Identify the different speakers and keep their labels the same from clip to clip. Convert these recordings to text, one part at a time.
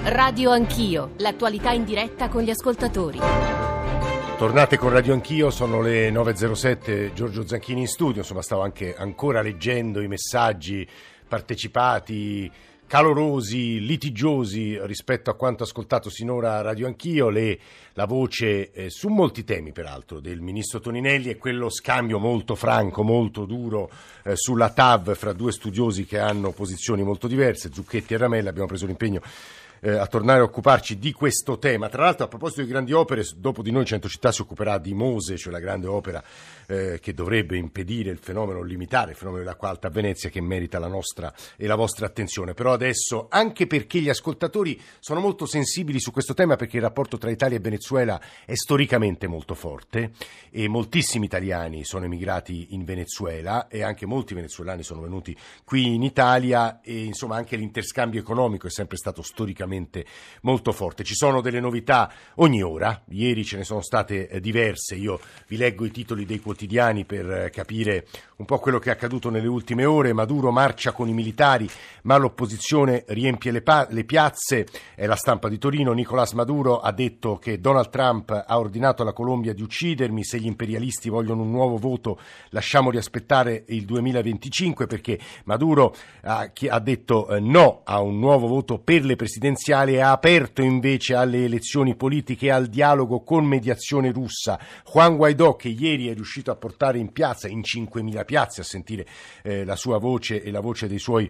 Speaker 1: Radio Anch'io, l'attualità in diretta con gli ascoltatori.
Speaker 2: Tornate con Radio Anch'io, sono le 9.07, Giorgio Zanchini in studio, insomma stavo anche ancora leggendo i messaggi partecipati, calorosi, litigiosi rispetto a quanto ascoltato sinora a Radio Anch'io, la voce su molti temi peraltro del ministro Toninelli e quello scambio molto franco, molto duro sulla TAV fra due studiosi che hanno posizioni molto diverse, Zucchetti e Ramella. Abbiamo preso l'impegno a tornare a occuparci di questo tema. Tra l'altro, a proposito di grandi opere, dopo di noi Centocittà si occuperà di Mose, cioè la grande opera che dovrebbe impedire il fenomeno, limitare il fenomeno dell'acqua alta a Venezia, che merita la nostra e la vostra attenzione. Però adesso, anche perché gli ascoltatori sono molto sensibili su questo tema, perché il rapporto tra Italia e Venezuela è storicamente molto forte e moltissimi italiani sono emigrati in Venezuela e anche molti venezuelani sono venuti qui in Italia e insomma anche l'interscambio economico è sempre stato storicamente molto forte. Ci sono delle novità ogni ora, ieri ce ne sono state diverse, io vi leggo i titoli dei quotidiani per capire un po' quello che è accaduto nelle ultime ore. Maduro marcia con i militari ma l'opposizione riempie le piazze, è la Stampa di Torino. Nicolás Maduro ha detto che Donald Trump ha ordinato alla Colombia di uccidermi, se gli imperialisti vogliono un nuovo voto lasciamoli aspettare il 2025, perché Maduro ha detto no a un nuovo voto per le presidenziali e ha aperto invece alle elezioni politiche e al dialogo con mediazione russa. Juan Guaidó, che ieri è riuscito a portare in piazza, in 5.000 piazze, a sentire la sua voce e la voce dei suoi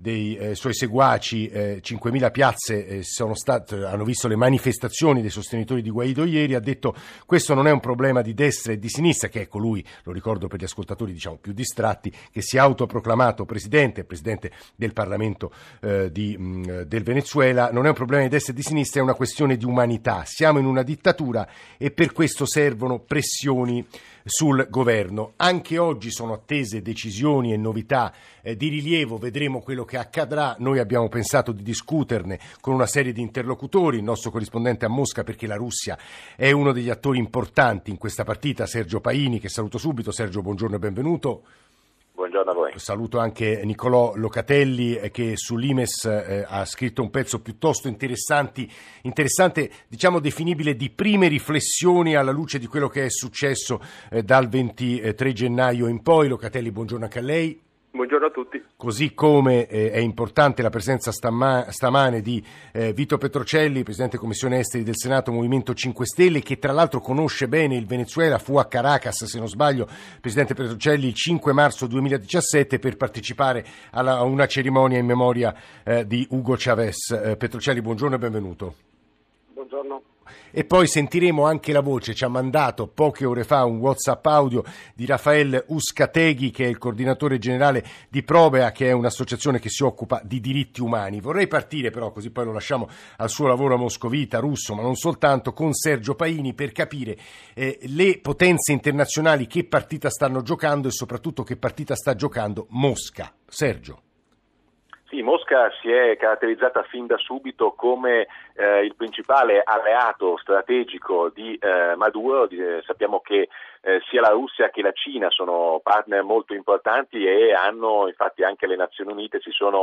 Speaker 2: seguaci, 5.000 piazze hanno visto le manifestazioni dei sostenitori di Guaidó ieri. Ha detto questo non è un problema di destra e di sinistra, che è colui, lo ricordo per gli ascoltatori diciamo più distratti, che si è autoproclamato presidente del Parlamento del Venezuela. Non è un problema di destra e di sinistra, è una questione di umanità. Siamo in una dittatura e per questo servono pressioni sul governo. Anche oggi sono attese decisioni e novità di rilievo, vedremo quello che accadrà. Noi abbiamo pensato di discuterne con una serie di interlocutori, il nostro corrispondente a Mosca, perché la Russia è uno degli attori importanti in questa partita, Sergio Paini, che saluto subito. Sergio, buongiorno e benvenuto.
Speaker 3: Buongiorno a voi.
Speaker 2: Saluto anche Nicolò Locatelli che sull'Imes ha scritto un pezzo piuttosto interessante, diciamo definibile di prime riflessioni alla luce di quello che è successo dal 23 gennaio in poi. Locatelli, buongiorno anche a lei.
Speaker 3: Buongiorno a tutti.
Speaker 2: Così come è importante la presenza stamane di Vito Petrocelli, Presidente Commissione Esteri del Senato, Movimento 5 Stelle, che tra l'altro conosce bene il Venezuela, fu a Caracas, se non sbaglio, Presidente Petrocelli, il 5 marzo 2017 per partecipare a una cerimonia in memoria di Hugo Chávez. Petrocelli, buongiorno e benvenuto.
Speaker 3: Buongiorno.
Speaker 2: E poi sentiremo anche la voce, ci ha mandato poche ore fa un WhatsApp audio di Rafael Uzcategui, che è il coordinatore generale di Probea, che è un'associazione che si occupa di diritti umani. Vorrei partire però, così poi lo lasciamo al suo lavoro moscovita, russo, ma non soltanto, con Sergio Paini per capire le potenze internazionali che partita stanno giocando e soprattutto che partita sta giocando Mosca. Sergio.
Speaker 3: Sì, Mosca si è caratterizzata fin da subito come il principale alleato strategico di Maduro. Sappiamo che sia la Russia che la Cina sono partner molto importanti e infatti anche le Nazioni Unite si sono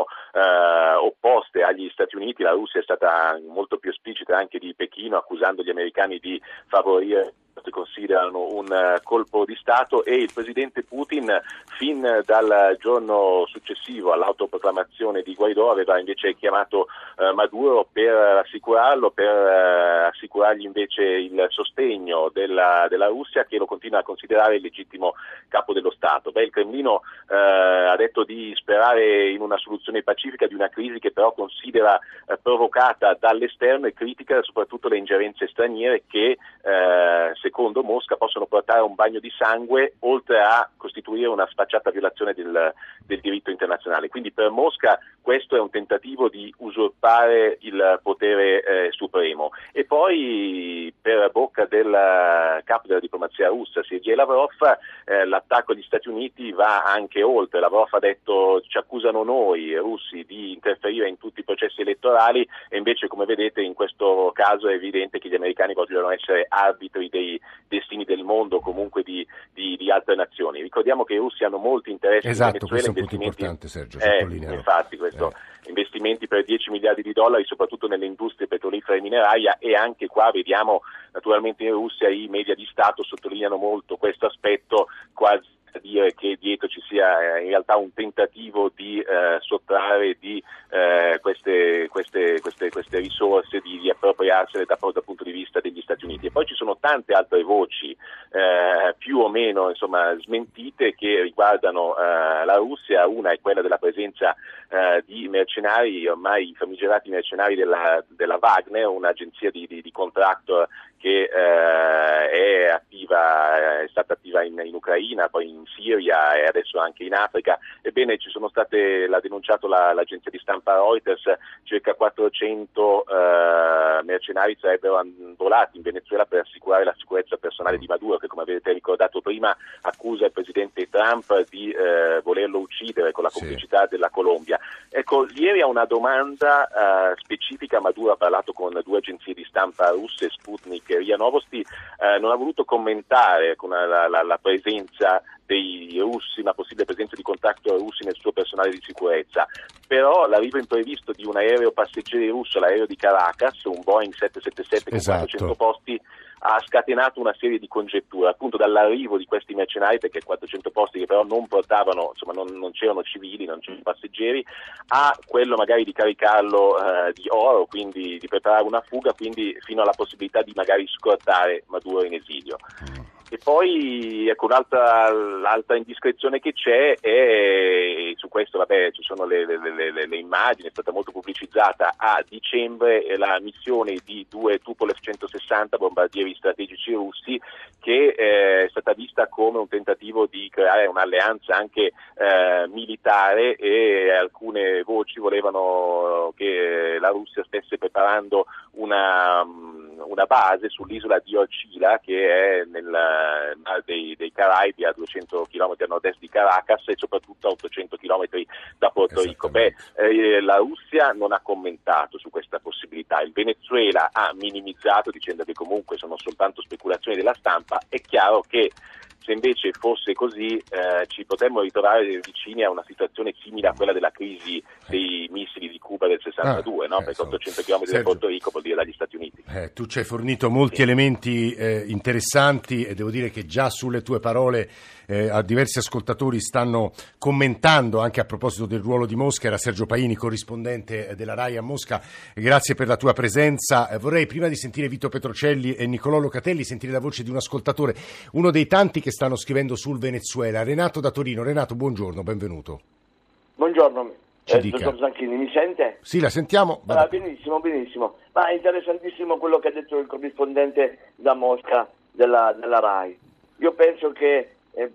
Speaker 3: opposte agli Stati Uniti. La Russia è stata molto più esplicita anche di Pechino, accusando gli americani di favorire, si considerano un colpo di Stato, e il presidente Putin fin dal giorno successivo all'autoproclamazione di Guaidó aveva invece chiamato Maduro per rassicurarlo, per assicurargli invece il sostegno della Russia, che lo continua a considerare il legittimo capo dello Stato. Il Cremlino ha detto di sperare in una soluzione pacifica di una crisi che però considera provocata dall'esterno e critica soprattutto le ingerenze straniere che secondo Mosca possono portare a un bagno di sangue, oltre a costituire una sfacciata violazione del diritto internazionale. Quindi per Mosca questo è un tentativo di usurpare il potere supremo. E poi per bocca del capo della diplomazia russa, Sergei Lavrov, l'attacco agli Stati Uniti va anche oltre. Lavrov ha detto: ci accusano noi russi di interferire in tutti i processi elettorali, e invece, come vedete, in questo caso è evidente che gli americani vogliono essere arbitri dei destini del mondo, comunque di altre nazioni. Ricordiamo che i russi hanno molti interessi in Venezuela.
Speaker 2: Questo è un punto importante, Sergio, sottolinealo.
Speaker 3: Infatti, questo. Investimenti per $10 miliardi, soprattutto nelle industrie petrolifere e mineraria, e anche qua vediamo naturalmente in Russia i media di Stato sottolineano molto questo aspetto, quasi a dire che dietro ci sia in realtà un tentativo di sottrarre di queste risorse, di appropriarsene dal punto di vista degli Stati Uniti. E poi ci sono tante altre voci più o meno smentite che riguardano la Russia. Una è quella della presenza di mercenari, ormai i famigerati mercenari della Wagner, un'agenzia di contractor che è stata attiva in Ucraina, poi in Siria e adesso anche in Africa. Ebbene, ci sono state, l'ha denunciato l'agenzia di stampa Reuters, circa 400 mercenari sarebbero volati in Venezuela per assicurare la sicurezza personale di Maduro, che, come avete ricordato prima, accusa il presidente Trump di volerlo uccidere con la complicità della Colombia. Ecco, ieri a una domanda specifica Maduro ha parlato con 2 agenzie di stampa russe, Sputnik e RIA Novosti, non ha voluto commentare con la presenza dei russi, una possibile presenza di contractor russi nel suo personale di sicurezza. Però l'arrivo imprevisto di un aereo passeggeri russo, l'aereo di Caracas, un Boeing 777 con 400 posti, ha scatenato una serie di congetture, appunto dall'arrivo di questi mercenari, perché 400 posti che però non portavano, non c'erano civili, non c'erano passeggeri, a quello magari di caricarlo di oro, quindi di preparare una fuga, quindi fino alla possibilità di magari scortare Maduro in esilio. E poi ecco, l'altra indiscrezione che c'è è, su questo ci sono le immagini, è stata molto pubblicizzata a dicembre la missione di 2 Tupolev 160 bombardieri strategici russi, che è stata vista come un tentativo di creare un'alleanza anche militare, e alcune voci volevano che la Russia stesse preparando una base sull'isola di Orcila, che è nel Mar dei Caraibi, a 200 km a nord-est di Caracas e soprattutto a 800 km da Porto Rico. La Russia non ha commentato su questa possibilità, il Venezuela ha minimizzato dicendo che comunque sono soltanto speculazioni della stampa. È chiaro che se invece fosse così ci potremmo ritrovare vicini a una situazione simile a quella della crisi dei missili di Cuba del 62, no? Perché 800 km da Porto Rico vuol dire dagli Stati Uniti.
Speaker 2: Tu ci hai fornito molti elementi interessanti, e devo dire che già sulle tue parole a diversi ascoltatori stanno commentando, anche a proposito del ruolo di Mosca. Era Sergio Paini, corrispondente della RAI a Mosca. Grazie per la tua presenza. Vorrei, prima di sentire Vito Petrocelli e Nicolò Locatelli, sentire la voce di un ascoltatore, uno dei tanti che stanno scrivendo sul Venezuela. Renato da Torino. Renato, buongiorno, benvenuto.
Speaker 4: Buongiorno.
Speaker 2: Ci dica.
Speaker 4: Dottor Zanchini, mi sente?
Speaker 2: Sì, la sentiamo.
Speaker 4: Benissimo. Ma è interessantissimo quello che ha detto il corrispondente da Mosca della RAI. Io penso che,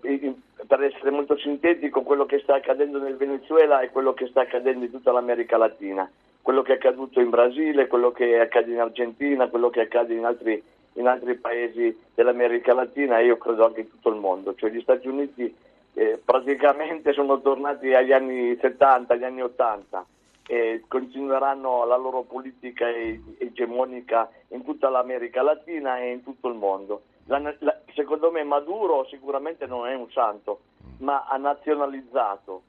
Speaker 4: per essere molto sintetico, quello che sta accadendo nel Venezuela è quello che sta accadendo in tutta l'America Latina. Quello che è accaduto in Brasile, quello che accade in Argentina, quello che accade in altri paesi dell'America Latina, e io credo anche in tutto il mondo. Cioè gli Stati Uniti praticamente sono tornati agli anni 70, agli anni 80, e continueranno la loro politica egemonica in tutta l'America Latina e in tutto il mondo. Secondo me Maduro sicuramente non è un santo, ma ha nazionalizzato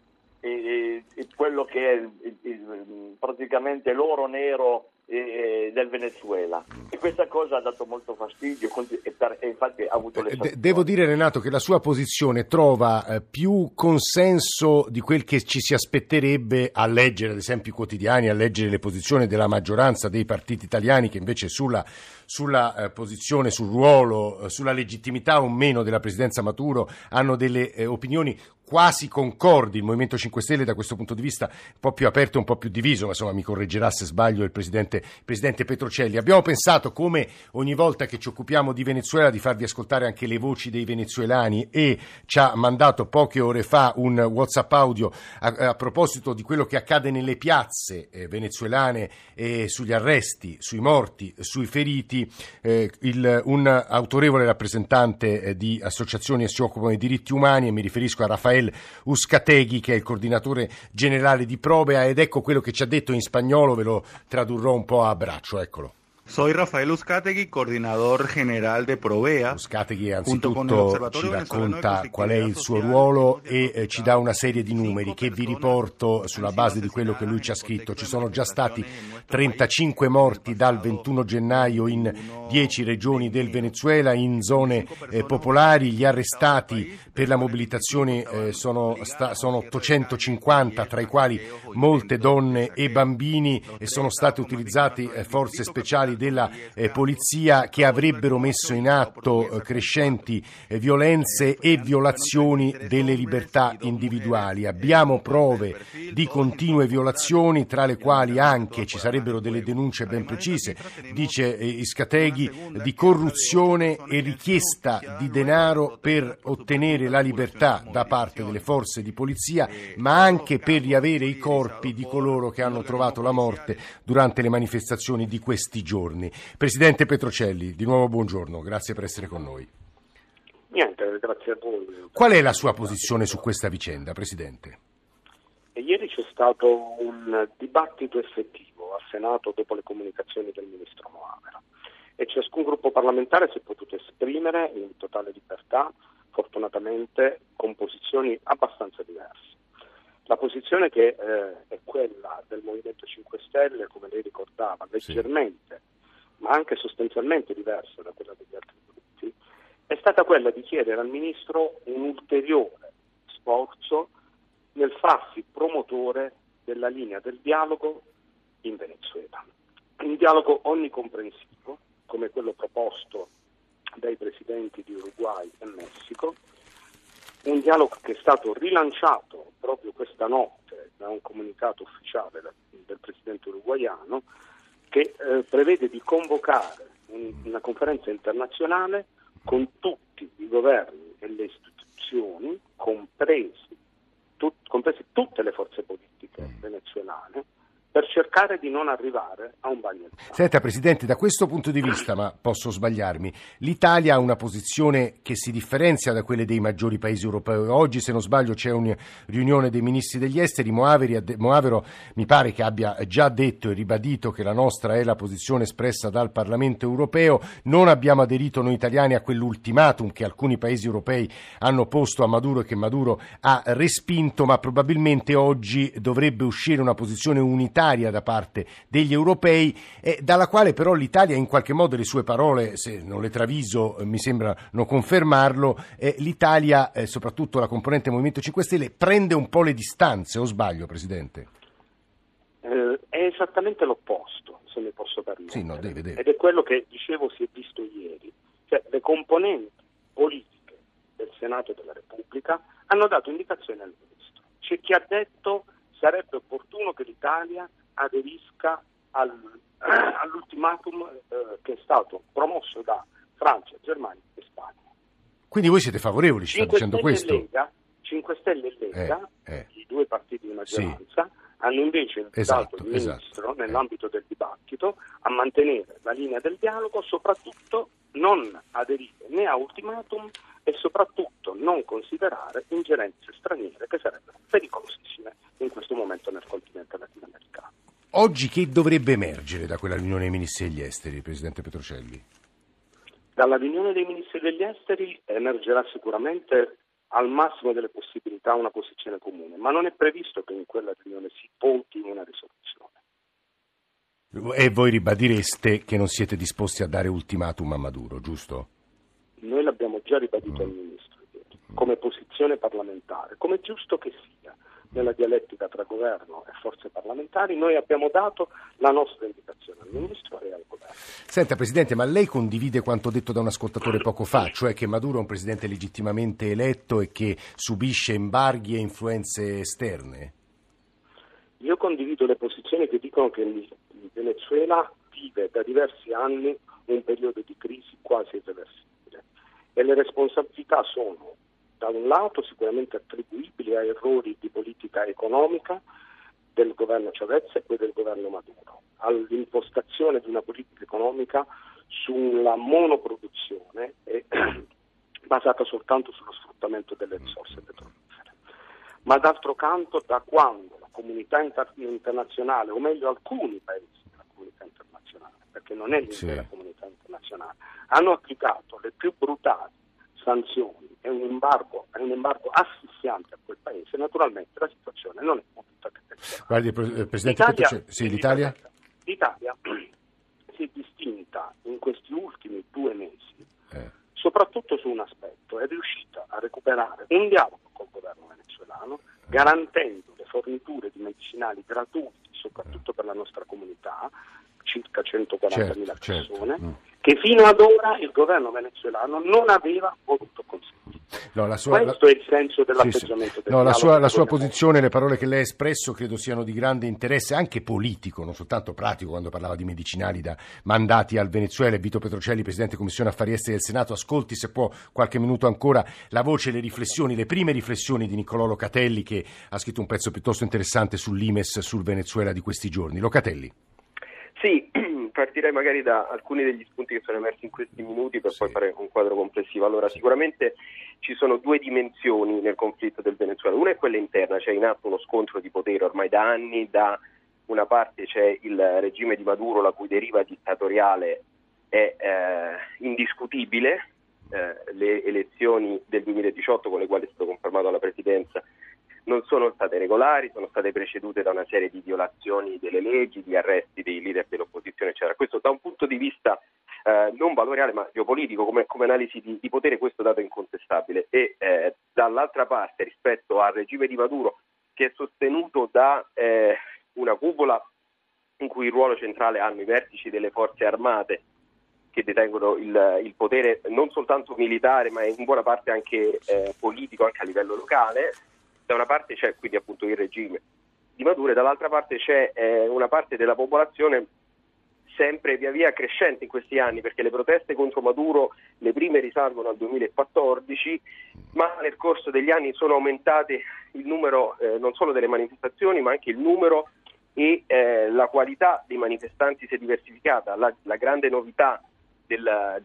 Speaker 4: quello che è praticamente l'oro nero del Venezuela, e questa cosa ha dato molto fastidio, e infatti ha avuto le sanzioni.
Speaker 2: Devo dire, Renato, che la sua posizione trova più consenso di quel che ci si aspetterebbe a leggere ad esempio i quotidiani, a leggere le posizioni della maggioranza dei partiti italiani, che invece sulla posizione, sul ruolo, sulla legittimità o meno della presidenza Maduro hanno delle opinioni quasi concordi. Il Movimento 5 Stelle da questo punto di vista un po' più aperto e un po' più diviso, ma insomma mi correggerà se sbaglio il presidente Petrocelli. Abbiamo pensato, come ogni volta che ci occupiamo di Venezuela, di farvi ascoltare anche le voci dei venezuelani, e ci ha mandato poche ore fa un WhatsApp audio a proposito di quello che accade nelle piazze venezuelane, e sugli arresti, sui morti, sui feriti. Un autorevole rappresentante di associazioni che si occupano dei diritti umani, e mi riferisco a Rafael Uzcategui, che è il coordinatore generale di Probea, ed ecco quello che ci ha detto in spagnolo. Ve lo tradurrò un po' a braccio, eccolo.
Speaker 5: Soy Rafael Uzcategui, coordinador general de Provea.
Speaker 2: Uzcategui anzitutto ci racconta qual è il suo ruolo e ci dà una serie di numeri che vi riporto sulla base di quello che lui ci ha scritto. Ci sono già stati 35 morti dal 21 gennaio in 10 regioni del Venezuela, in zone popolari. Gli arrestati per la mobilitazione sono 850, tra i quali molte donne e bambini, e sono state utilizzate forze speciali della polizia che avrebbero messo in atto crescenti violenze e violazioni delle libertà individuali. Abbiamo prove di continue violazioni, tra le quali anche ci sarebbero delle denunce ben precise, dice Uzcategui, di corruzione e richiesta di denaro per ottenere la libertà da parte delle forze di polizia, ma anche per riavere i corpi di coloro che hanno trovato la morte durante le manifestazioni di questi giorni. Presidente Petrocelli, di nuovo buongiorno, grazie per essere con noi.
Speaker 6: Niente, grazie a voi.
Speaker 2: Qual è la sua posizione su questa vicenda, Presidente?
Speaker 6: Ieri c'è stato un dibattito effettivo al Senato dopo le comunicazioni del Ministro Moavero e ciascun gruppo parlamentare si è potuto esprimere in totale libertà, fortunatamente con posizioni abbastanza diverse. La posizione che è quella del Movimento 5 Stelle, come lei ricordava, leggermente, ma anche sostanzialmente diversa da quella degli altri gruppi, è stata quella di chiedere al Ministro un ulteriore sforzo nel farsi promotore della linea del dialogo in Venezuela. Un dialogo onnicomprensivo, come quello proposto dai presidenti di Uruguay e Messico, un dialogo che è stato rilanciato proprio questa notte da un comunicato ufficiale del presidente uruguaiano che prevede di convocare una conferenza internazionale con tutti i governi e le istituzioni, comprese tutte le forze politiche venezuelane, per cercare di non arrivare a un bagno di sangue.
Speaker 2: Senta, Presidente, da questo punto di vista, ma posso sbagliarmi, l'Italia ha una posizione che si differenzia da quelle dei maggiori paesi europei. Oggi, se non sbaglio, c'è una riunione dei ministri degli esteri. Moavero mi pare che abbia già detto e ribadito che la nostra è la posizione espressa dal Parlamento europeo. Non abbiamo aderito noi italiani a quell'ultimatum che alcuni paesi europei hanno posto a Maduro e che Maduro ha respinto, ma probabilmente oggi dovrebbe uscire una posizione unitaria da parte degli europei, dalla quale però l'Italia, in qualche modo, le sue parole, se non le traviso, mi sembrano confermarlo, l'Italia, soprattutto la componente Movimento 5 Stelle, prende un po' le distanze, o sbaglio, Presidente?
Speaker 6: È esattamente l'opposto, se mi posso permettere.
Speaker 2: Sì, no, deve.
Speaker 6: Ed è quello che, dicevo, si è visto ieri. Cioè, le componenti politiche del Senato della Repubblica hanno dato indicazioni al Ministro. C'è chi ha detto sarebbe opportuno che l'Italia aderisca all'ultimatum che è stato promosso da Francia, Germania e Spagna.
Speaker 2: Quindi voi siete favorevoli, ci sta dicendo questo?
Speaker 6: 5 Stelle e Lega, i due partiti di maggioranza, hanno invece invitato il Ministro, nell'ambito del dibattito, a mantenere la linea del dialogo, soprattutto non aderire né a ultimatum e soprattutto non considerare ingerenze straniere che sarebbero pericolosissime in questo momento nel continente latinoamericano.
Speaker 2: Oggi che dovrebbe emergere da quella riunione dei ministri degli esteri, Presidente Petrocelli?
Speaker 6: Dalla riunione dei ministri degli esteri emergerà sicuramente al massimo delle possibilità una posizione comune, ma non è previsto che in quella riunione si voti una risoluzione.
Speaker 2: E voi ribadireste che non siete disposti a dare ultimatum a Maduro, giusto?
Speaker 6: Noi l'abbiamo già ribadito al Ministro come posizione parlamentare, come giusto che sia nella dialettica tra governo e forze parlamentari. Noi abbiamo dato la nostra indicazione al Ministro e al governo.
Speaker 2: Senta, Presidente, ma lei condivide quanto detto da un ascoltatore poco fa, cioè che Maduro è un presidente legittimamente eletto e che subisce embarghi e influenze esterne?
Speaker 6: Io condivido le posizioni che dicono che il Venezuela vive da diversi anni un periodo di crisi quasi irreversibile e le responsabilità sono da un lato sicuramente attribuibili a errori di politica economica del governo Chavez e poi del governo Maduro, all'impostazione di una politica economica sulla monoproduzione e basata soltanto sullo sfruttamento delle risorse petrolifere. Ma d'altro canto, da quando la comunità internazionale, o meglio alcuni paesi della comunità internazionale, perché non è l'intera comunità internazionale, hanno applicato le più brutali sanzioni e un embargo asfissiante a quel paese, naturalmente la situazione non è potuta che peggiorare.
Speaker 2: Guardi, Presidente Petrocelli, l'Italia
Speaker 6: si è distinta in questi ultimi 2 mesi soprattutto su un aspetto: è riuscita a recuperare un dialogo col governo venezuelano, garantendo le forniture di medicinali gratuiti soprattutto per la nostra comunità, circa 140.000 persone, che fino ad ora il governo venezuelano non aveva voluto consentire. Questo è il senso dell'atteggiamento del dialogo.
Speaker 2: La sua posizione, le parole che lei ha espresso credo siano di grande interesse anche politico, non soltanto pratico, quando parlava di medicinali da mandati al Venezuela. Vito Petrocelli, Presidente Commissione Affari Esteri del Senato, ascolti se può qualche minuto ancora la voce, le riflessioni, le prime riflessioni di Niccolò Locatelli, che ha scritto un pezzo piuttosto interessante sull'Imes, sul Venezuela di questi giorni. Locatelli.
Speaker 7: Sì, partirei magari da alcuni degli spunti che sono emersi in questi minuti per poi fare un quadro complessivo. Allora, sicuramente ci sono 2 dimensioni nel conflitto del Venezuela. Una è quella interna, c'è in atto uno scontro di potere ormai da anni. Da una parte c'è il regime di Maduro, la cui deriva dittatoriale è indiscutibile. Le elezioni del 2018, con le quali è stato confermato alla presidenza, non sono state regolari, sono state precedute da una serie di violazioni delle leggi, di arresti dei leader dell'opposizione, eccetera. Questo da un punto di vista non valoriale ma geopolitico, come analisi di potere, questo dato è incontestabile. E dall'altra parte, rispetto al regime di Maduro, che è sostenuto da una cupola in cui il ruolo centrale hanno i vertici delle forze armate, che detengono il potere non soltanto militare ma in buona parte anche politico, anche a livello locale. Da una parte c'è quindi appunto il regime di Maduro e dall'altra parte c'è una parte della popolazione sempre via via crescente in questi anni, perché le proteste contro Maduro, le prime risalgono al 2014, ma nel corso degli anni sono aumentate il numero non solo delle manifestazioni ma anche il numero e la qualità dei manifestanti si è diversificata. La grande novità del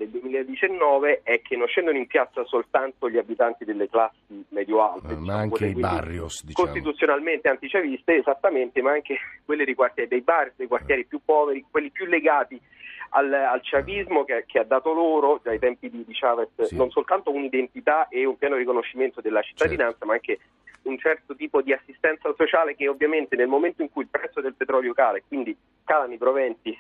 Speaker 7: 2019 è che non scendono in piazza soltanto gli abitanti delle classi medio-alte,
Speaker 2: ma anche i barrios,
Speaker 7: costituzionalmente antichaviste, esattamente, ma anche quelli dei barrios, dei quartieri più poveri, quelli più legati al chavismo che ha dato loro dai tempi di Chavez non soltanto un'identità e un pieno riconoscimento della cittadinanza, ma anche un certo tipo di assistenza sociale che ovviamente nel momento in cui il prezzo del petrolio cala e quindi calano i proventi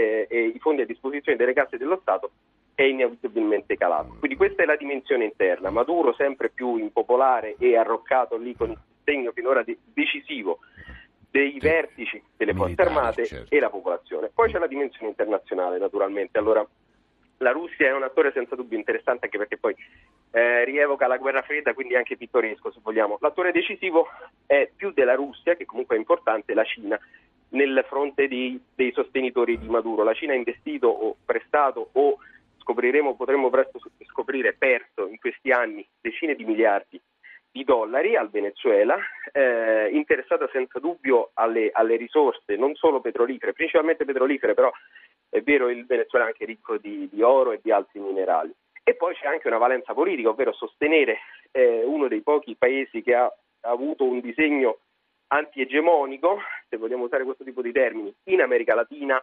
Speaker 7: e i fondi a disposizione delle casse dello Stato, è inevitabilmente calato. Quindi questa è la dimensione interna. Maduro sempre più impopolare e arroccato lì con il sostegno finora decisivo dei vertici delle forze armate e la popolazione. Poi c'è la dimensione internazionale, naturalmente. Allora, la Russia è un attore senza dubbio interessante, anche perché poi rievoca la guerra fredda, quindi anche pittoresco se vogliamo. L'attore decisivo è più della Russia, che comunque è importante, la Cina, nel fronte dei sostenitori di Maduro. La Cina ha investito o prestato o potremmo presto scoprire perso in questi anni decine di miliardi di dollari al Venezuela, interessata senza dubbio alle risorse non solo petrolifere, principalmente petrolifere, però è vero il Venezuela è anche ricco di oro e di altri minerali. E poi c'è anche una valenza politica, ovvero sostenere uno dei pochi paesi che ha avuto un disegno antiegemonico, se vogliamo usare questo tipo di termini, in America Latina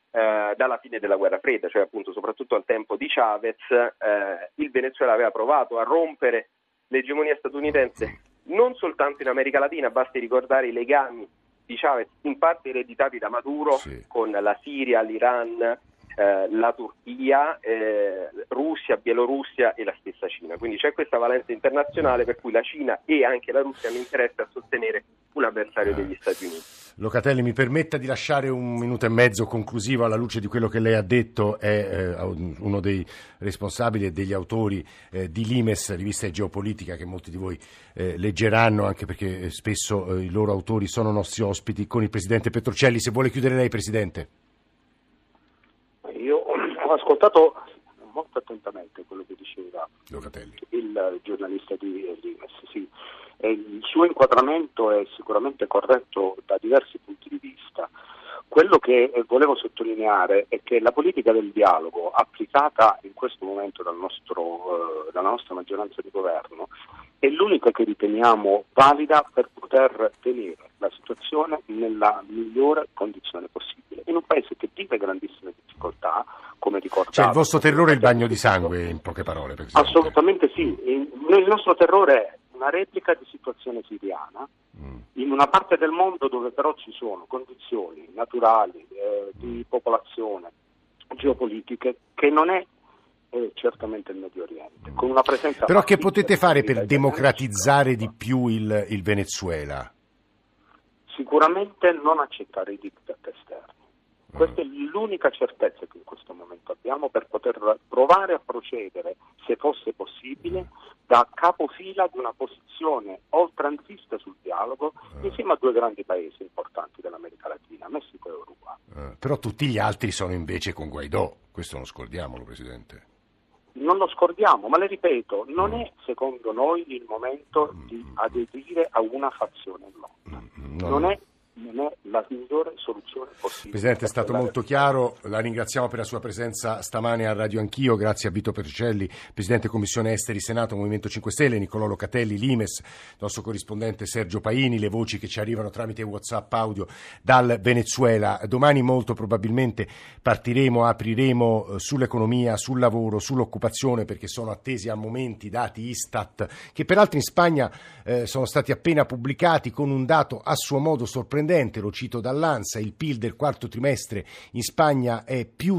Speaker 7: dalla fine della guerra fredda, cioè appunto soprattutto al tempo di Chavez. Il Venezuela aveva provato a rompere l'egemonia statunitense non soltanto in America Latina, basti ricordare i legami di Chavez in parte ereditati da Maduro con la Siria, l'Iran, la Turchia, Russia, Bielorussia e la stessa Cina. Quindi c'è questa valenza internazionale per cui la Cina e anche la Russia hanno interesse a sostenere un avversario degli Stati Uniti.
Speaker 2: Locatelli, mi permetta di lasciare un minuto e mezzo conclusivo alla luce di quello che lei ha detto. È uno dei responsabili e degli autori di Limes, rivista di geopolitica che molti di voi leggeranno, anche perché spesso i loro autori sono nostri ospiti, con il Presidente Petrocelli. Se vuole chiudere lei, Presidente.
Speaker 6: Io ho ascoltato molto attentamente quello che diceva
Speaker 2: Locatelli,
Speaker 6: il giornalista di Limes. Sì. Il suo inquadramento è sicuramente corretto da diversi punti di vista. Quello che volevo sottolineare è che la politica del dialogo applicata in questo momento dalla nostra maggioranza di governo è l'unica che riteniamo valida per poter tenere la situazione nella migliore condizione possibile in un paese che vive grandissime difficoltà. difficoltà, come ricordato.
Speaker 2: Cioè il vostro terrore è il bagno di sangue, in poche parole, Presidente?
Speaker 6: Assolutamente sì. Il nostro terrore è una replica di situazione siriana, in una parte del mondo dove però ci sono condizioni naturali, di popolazione, geopolitiche, che non è certamente il Medio Oriente. Con una presenza
Speaker 2: però che potete fare per democratizzare di più il Venezuela?
Speaker 6: Sicuramente non accettare i diktat esterni. Questa è l'unica certezza che in questo momento abbiamo per poter provare a procedere, se fosse possibile, da capofila di una posizione oltranzista sul dialogo insieme a due grandi paesi importanti dell'America Latina, Messico e Uruguay.
Speaker 2: Però tutti gli altri sono invece con Guaidó, questo non scordiamolo, Presidente.
Speaker 6: Non lo scordiamo, ma le ripeto, non è secondo noi il momento di aderire a una fazione in lotta. Non è la migliore soluzione possibile.
Speaker 2: Presidente, è stato molto chiaro, la ringraziamo per la sua presenza stamane a Radio Anch'io, grazie a Vito Petricelli, Presidente Commissione Esteri Senato, Movimento 5 Stelle, Niccolò Locatelli, l'Imes, nostro corrispondente Sergio Paini, le voci che ci arrivano tramite WhatsApp audio dal Venezuela. Domani molto probabilmente apriremo sull'economia, sul lavoro, sull'occupazione, perché sono attesi a momenti dati Istat, che peraltro in Spagna sono stati appena pubblicati con un dato a suo modo sorprendente. Lo cito dall'ANSA, il PIL del quarto trimestre in Spagna è più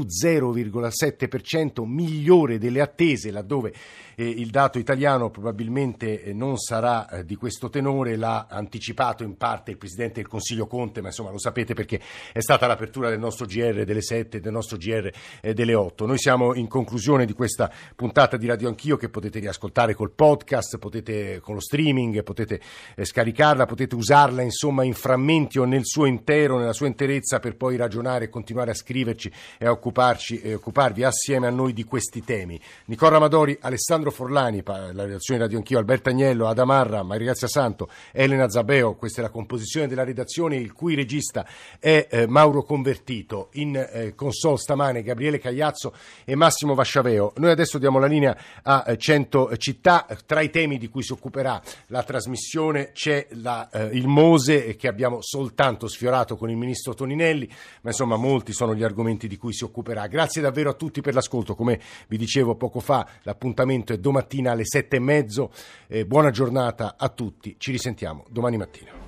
Speaker 2: 0,7%, migliore delle attese, laddove il dato italiano probabilmente non sarà di questo tenore. L'ha anticipato in parte il Presidente del Consiglio Conte, ma insomma lo sapete perché è stata l'apertura del nostro GR delle 7, del nostro GR delle 8. Noi siamo in conclusione di questa puntata di Radio Anch'io, che potete riascoltare col podcast, potete con lo streaming, potete scaricarla, potete usarla insomma in frammenti o nel suo intero, nella sua interezza, per poi ragionare e continuare a scriverci e a occuparvi assieme a noi di questi temi. Nicola Amadori, Alessandro Forlani, la redazione di Radio Anch'io, Alberto Agnello, Adamarra, Maria Grazia Santo, Elena Zabeo, questa è la composizione della redazione, il cui regista è Mauro Convertito, in console stamane Gabriele Cagliazzo e Massimo Vasciaveo. Noi adesso diamo la linea a 100 città. Tra i temi di cui si occuperà la trasmissione c'è il Mose, che abbiamo soltanto sfiorato con il ministro Toninelli, ma insomma molti sono gli argomenti di cui si occuperà. Grazie davvero a tutti per l'ascolto, come vi dicevo poco fa l'appuntamento è domattina alle 7:30, buona giornata a tutti, ci risentiamo domani mattina.